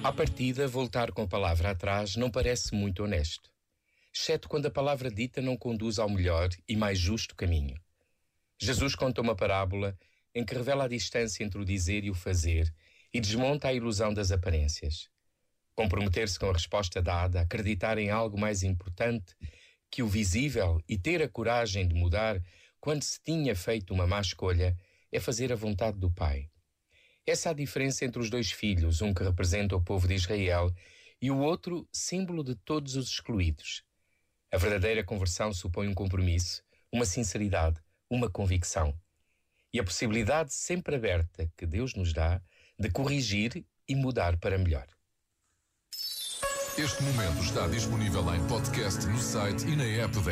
À partida, voltar com a palavra atrás não parece muito honesto, exceto quando a palavra dita não conduz ao melhor e mais justo caminho. Jesus conta uma parábola em que revela a distância entre o dizer e o fazer e desmonta a ilusão das aparências. Comprometer-se com a resposta dada, acreditar em algo mais importante que o visível e ter a coragem de mudar quando se tinha feito uma má escolha é fazer a vontade do Pai. Essa é a diferença entre os dois filhos, um que representa o povo de Israel e o outro símbolo de todos os excluídos. A verdadeira conversão supõe um compromisso, uma sinceridade, uma convicção. E a possibilidade sempre aberta que Deus nos dá de corrigir e mudar para melhor. Este momento está disponível em podcast no site e na app da